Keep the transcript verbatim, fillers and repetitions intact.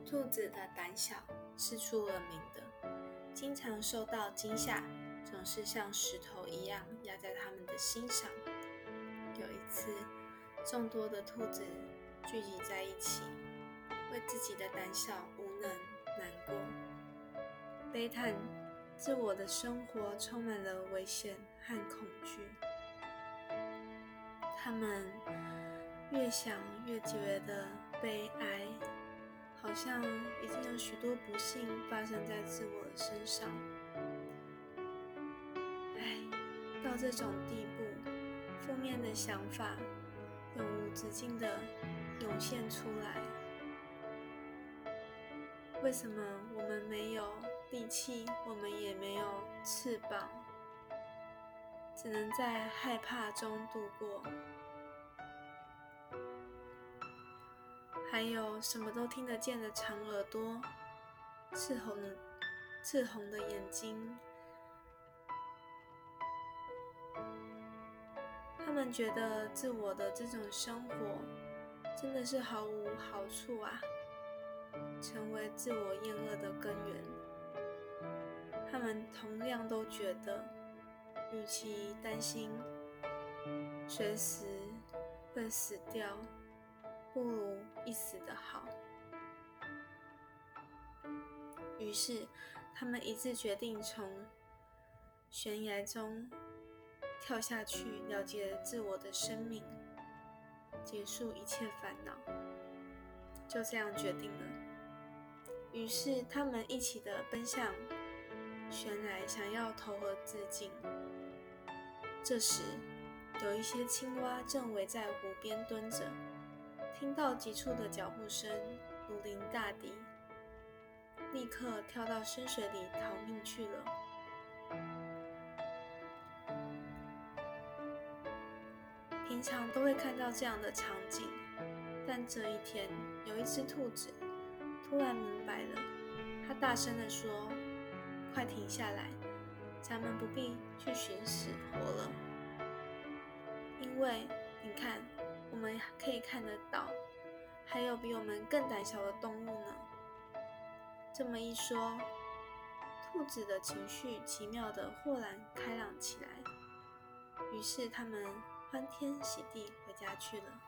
兔子的胆小是出了名的，经常受到惊吓，总是像石头一样压在它们的心上。有一次，众多的兔子聚集在一起，为自己的胆小无能难过，悲叹自我的生活充满了危险和恐惧。他们越想越觉得悲哀，好像已经有许多不幸发生在自我的身上。唉，到这种地步，负面的想法永无止境地涌现出来。为什么我们没有力气，我们也没有翅膀，只能在害怕中度过？还有什么都听得见的长耳朵，赤红的赤红的眼睛，他们觉得自我的这种生活真的是毫无好处啊，成为自我厌恶的根源。他们同样都觉得，与其担心随时会死掉，不如一死的好。于是，他们一致决定从悬崖中跳下去，了结自我的生命，结束一切烦恼。就这样决定了。于是，他们一起的奔向悬崖，想要投河自尽。这时，有一些青蛙正围在湖边蹲着，听到急促的脚步声，如临大敌，立刻跳到深水里逃命去了。平常都会看到这样的场景，但这一天，有一只兔子突然明白了，它大声地说：“快停下来，咱们不必去寻死活了。因为你看，我们可以看得到，还有比我们更胆小的动物呢。”这么一说，兔子的情绪奇妙地豁然开朗起来，于是他们欢天喜地回家去了。